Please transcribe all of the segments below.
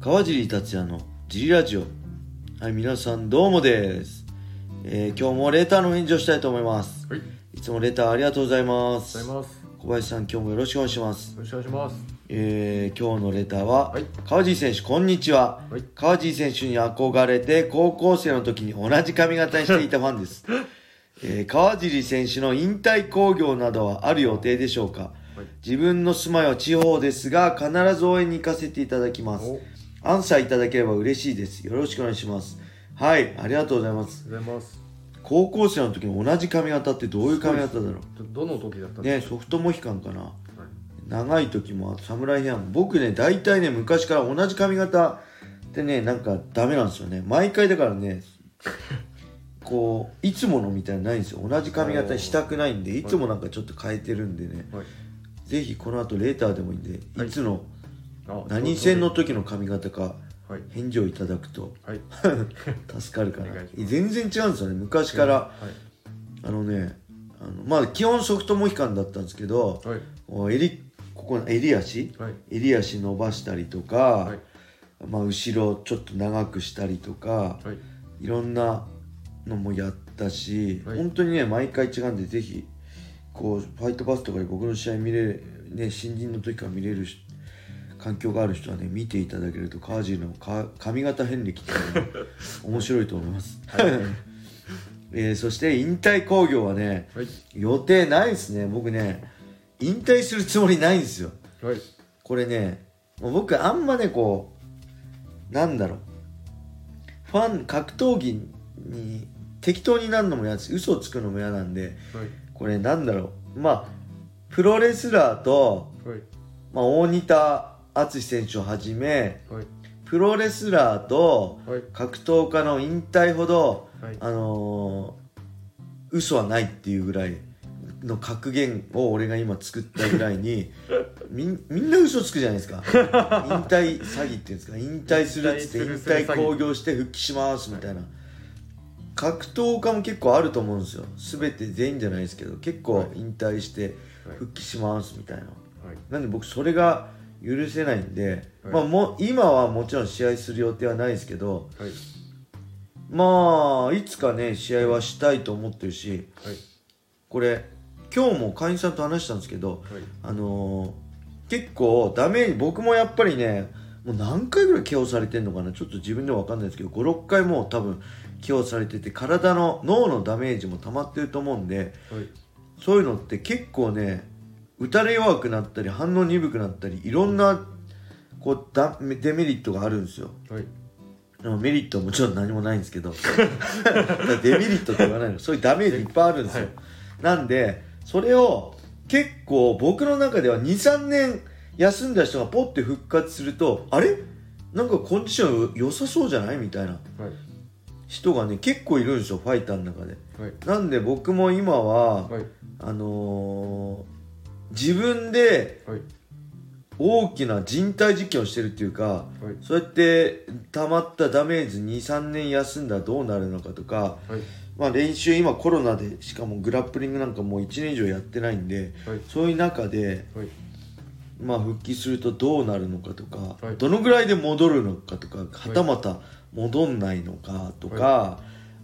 川尻達也のジリラジオ。はい、皆さんどうもです。今日もレターの返事をしたいと思います。いつもレターありがとうございます。小林さん、今日もよろしくお願いします。 よろしくお願いします。 今日のレターは、川尻選手こんにちは。川尻選手に憧れて高校生の時に同じ髪型にしていたファンです。川尻選手の引退興行などはある予定でしょうか？自分の住まいは地方ですが必ず応援に行かせていただきます。アンサーいただければ嬉しいです。よろしくお願いします。はい、ありがとうございます。高校生の時の同じ髪型ってどういう髪型だろう？ どの時だったんですか？ ね、ソフトモヒカンかな、長い時も侍ヘアも。僕ね、大体ね、昔から同じ髪型ってね、なんかダメなんですよね。毎回だからねこういつものみたいなのないんですよ。同じ髪型にしたくないんで、いつもなんかちょっと変えてるんでね、ぜひこの後レーターでもいいんで、いつの何戦の時の髪型か返事をいただくと助かるかな。全然違うんですよね、昔から。まあ基本ソフトモヒカンだったんですけど、ここの襟足伸ばしたりとか、まあ後ろちょっと長くしたりとか、いろんなのもやったし、本当にね毎回違うんで、ぜひこうファイトパスとかで僕の試合見れるね、新人の時から見れる環境がある人はね、見ていただけると川尻の髪型遍歴って面白いと思います。そして引退興行はね、予定ないですね。僕ね、引退するつもりないんですよ。これね、もう僕あんまね、こうなんだろう、格闘技に適当になるのも嫌です。嘘をつくのも嫌なんで、これなんだろう、まあプロレスラーと、まあ、大仁田敦選手をはじめ、プロレスラーと格闘家の引退ほど、嘘はないっていうぐらいの格言を俺が今作ったぐらいにみんな嘘つくじゃないですか。引退詐欺っていうんですか、引退するっつって引退興行して復帰しますみたいな。格闘家も結構あると思うんですよ。全て全員じゃないですけど、結構引退して復帰しますみたいな。なんで僕それが許せないんで、まあ今はもちろん試合する予定はないですけど、まあいつかね試合はしたいと思ってるし、これ今日も会員さんと話したんですけど、結構ダメージ、僕もやっぱりね、もう何回ぐらい KO されてんのかな、ちょっと自分では分かんないですけど、5、6回もう多分 KO されてて、体の脳のダメージも溜まってると思うんで、そういうのって結構ね、打たれ弱くなったり反応鈍くなったり、いろんなこうデメリットがあるんですよ。メリットはもちろん何もないんですけどデメリットって言わないの、そういうダメージいっぱいあるんですよ。なんでそれを結構僕の中では 2,3 年休んだ人がポッて復活すると、あれなんかコンディション良さそうじゃないみたいな人がね結構いるんですよ、ファイターの中で。なんで僕も今は、自分で大きな人体実験をしてるっていうか、そうやって溜まったダメージ 2,3 年休んだらどうなるのかとか、まあ練習今コロナで、しかもグラップリングなんかもう1年以上やってないんで、そういう中で、まあ復帰するとどうなるのかとか、どのぐらいで戻るのかとか、はたまた戻んないのかとか、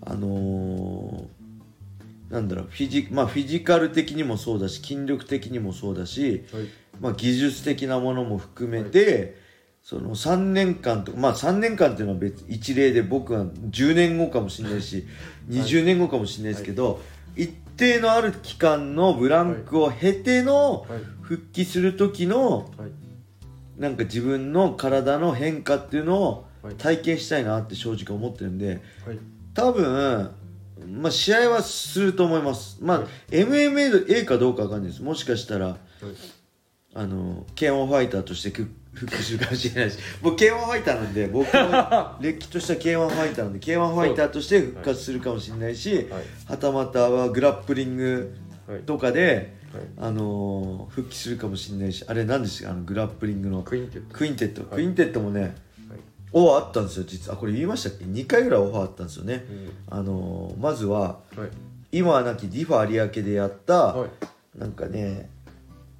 なんだろう、フィジカル的にもそうだし、筋力的にもそうだし、まあ技術的なものも含めて、その3年間とか、まあ3年間っていうのは別一例で、僕は10年後かもしれないし、20年後かもしれないですけど、一定のある期間のブランクを経ての復帰する時のなんか自分の体の変化っていうのを体験したいなって正直思ってるんで、多分まあ試合はすると思います。まあ MMA かどうかわかんないです。もしかしたらK1 ファイターとして復帰するかもしれないし、僕 K1 ファイターなんで、僕のれっきとした K1 ファイターなんで K1 ファイターとして復活するかもしれないし、はたまたはグラップリングとかで、復帰するかもしれないし、あれ何ですか、グラップリングのクインテッドもね、オファーあったんですよ実は。これ言いましたっけ？ 2 回ぐらいオファーあったんですよね。まずは、今はなきディファ有明でやった、なんかね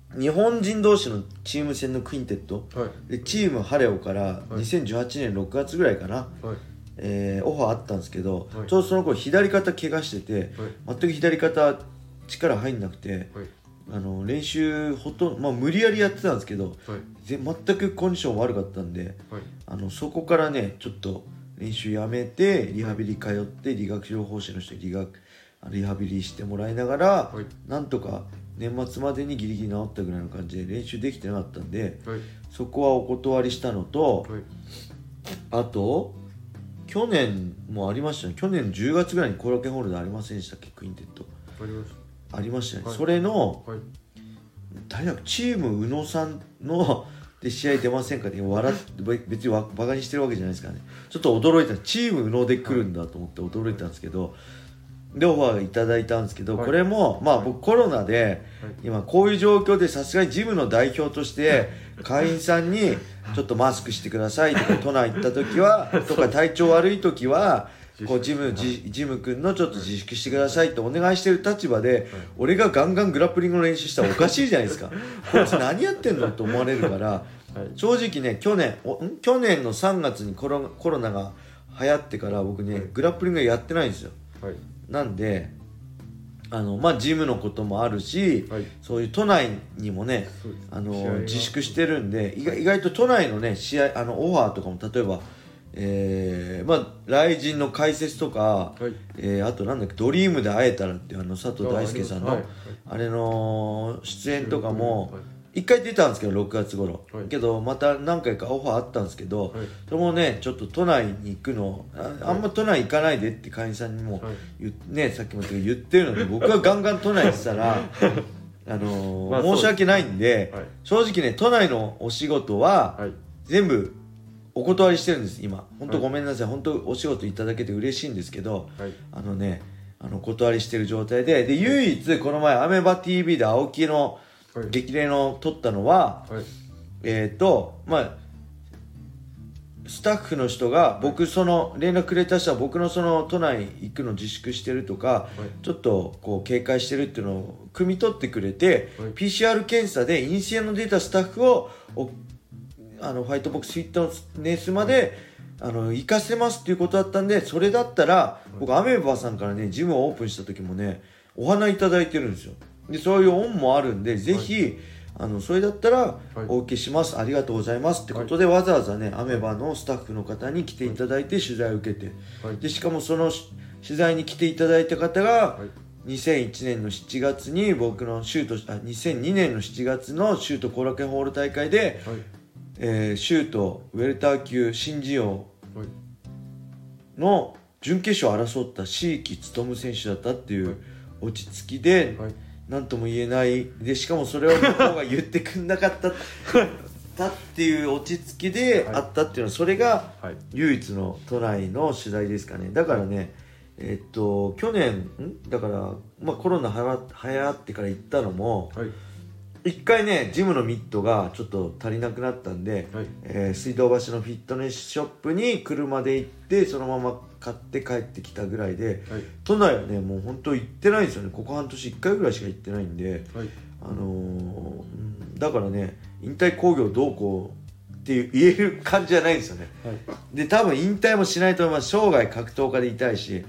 日本人同士のチーム戦のクインテット、 はい、 でチームハレオから2018年6月ぐらいかな、 はい、 オファーあったんですけど、 はい、 ちょうどその頃左肩怪我してて、はい、全く左肩力入んなくて、はい、練習無理やりやってたんですけど、はい、全くコンディション悪かったんで、はい、そこからねちょっと練習やめてリハビリ通って理学療法士の人にリハビリしてもらいながら、はい、なんとか年末までにギリギリ治ったぐらいの感じで練習できてなかったんで、はい、そこはお断りしたのと、はい、あと去年もありましたね。去年10月ぐらいにコロケホールでありませんでしたっけ、クインテッドありましたね、はい、それの、はい、大学チーム宇野さんので試合出ませんかって別にバカにしてるわけじゃないですからね。ちょっと驚いた、チーム宇野で来るんだと思って驚いたんですけど、はい、でオファーいただいたんですけど、はい、これも僕コロナで、はい、今こういう状況でさすがにジムの代表として会員さんにちょっとマスクしてくださいとか都内行った時はとか体調悪い時はこうジム君のちょっと自粛してくださいってお願いしてる立場で、俺がガンガングラップリングの練習したらおかしいじゃないですか。こいつ何やってんのと思われるから、正直ね去年の3月にコロナが流行ってから僕ねグラップリングやってないんですよ。なんでジムのこともあるし、そういう都内にもね自粛してるんで、意外と都内のね試合オファーとかも例えば雷神の解説とか、あとなんだっけドリームで会えたらっていう佐藤大輔さんのあれの出演とかも1回出たんですけど6月頃、けどまた何回かオファーあったんですけど、それもねちょっと都内に行くのあんま都内行かないでって会員さんにもさっきも言ってるので、僕がガンガン都内行ってたら申し訳ないんで、正直ね都内のお仕事は全部お断りしてるんです。今本当ごめんなさい、本当お仕事いただけて嬉しいんですけど、お断りしてる状態で唯一この前アメバ TV で青木の激励の撮ったのは、スタッフの人が僕その連絡くれた人は僕のその都内行くの自粛してるとか、ちょっとこう警戒してるっていうのを汲み取ってくれて、PCR 検査で陰性の出たスタッフをファイトボックスフィットネスまで行かせますっていうことだったんで、それだったら僕アメーバさんからねジムをオープンした時もねお花いただいてるんですよ。でそういう恩もあるんで、ぜひそれだったらお受けします、ありがとうございますってことで、わざわざねアメバのスタッフの方に来ていただいて取材を受けて、でしかもその取材に来ていただいた方が2001年の7月に僕の2002年の7月のシュートコロケホール大会で、シュートウェルター級新人王の準決勝を争った椎木勉選手だったっていう落ち着きで、何とも言えないで、しかもそれを向こうが言ってくんなかったっていう落ち着きであったっていうのは、それが唯一の都内の取材ですかね。だからね去年だからコロナ流行ってから行ったのも、一回ねジムのミットがちょっと足りなくなったんで、水道橋のフィットネスショップに車で行ってそのまま買って帰ってきたぐらいで、都内はねもう本当行ってないんですよね。ここ半年1回ぐらいしか行ってないんで、だからね引退興行どうこうって言える感じじゃないんですよね。で多分引退もしないと思います。生涯格闘家でいたいし、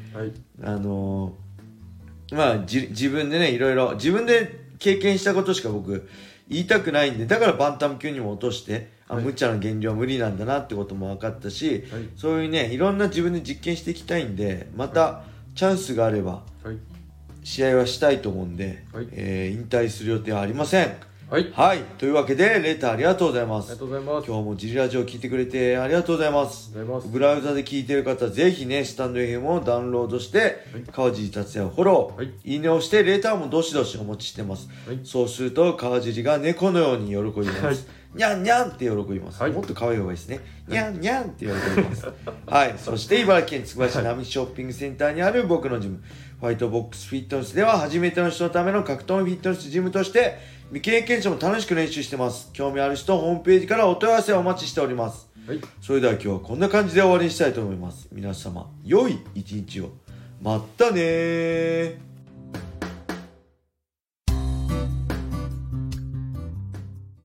自分でねいろいろ自分で経験したことしか僕言いたくないんで、だからバンタム級にも落として無茶な減量は無理なんだなってことも分かったし、そういうねいろんな自分で実験していきたいんで、またチャンスがあれば試合はしたいと思うんで、引退する予定はありません。というわけでレターありがとうございます。今日もジリラジオを聞いてくれてありがとうございます。ブラウザで聞いてる方ぜひねスタンド FM をダウンロードして、川尻達也をフォロー、いいねをしてレターもどしどしお待ちしてます。そうすると川尻が猫のように喜びます。にゃんにゃんって喜びます。もっと可愛い方がいいですね。にゃんにゃんって喜びます。そして茨城県つくば市並ショッピングセンターにある僕のジム、ファイトボックスフィットネスでは初めての人のための格闘技フィットネスジムとして未経験者も楽しく練習してます。興味ある人ホームページからお問い合わせをお待ちしております。それでは今日はこんな感じで終わりにしたいと思います。皆様良い一日を。まったねー。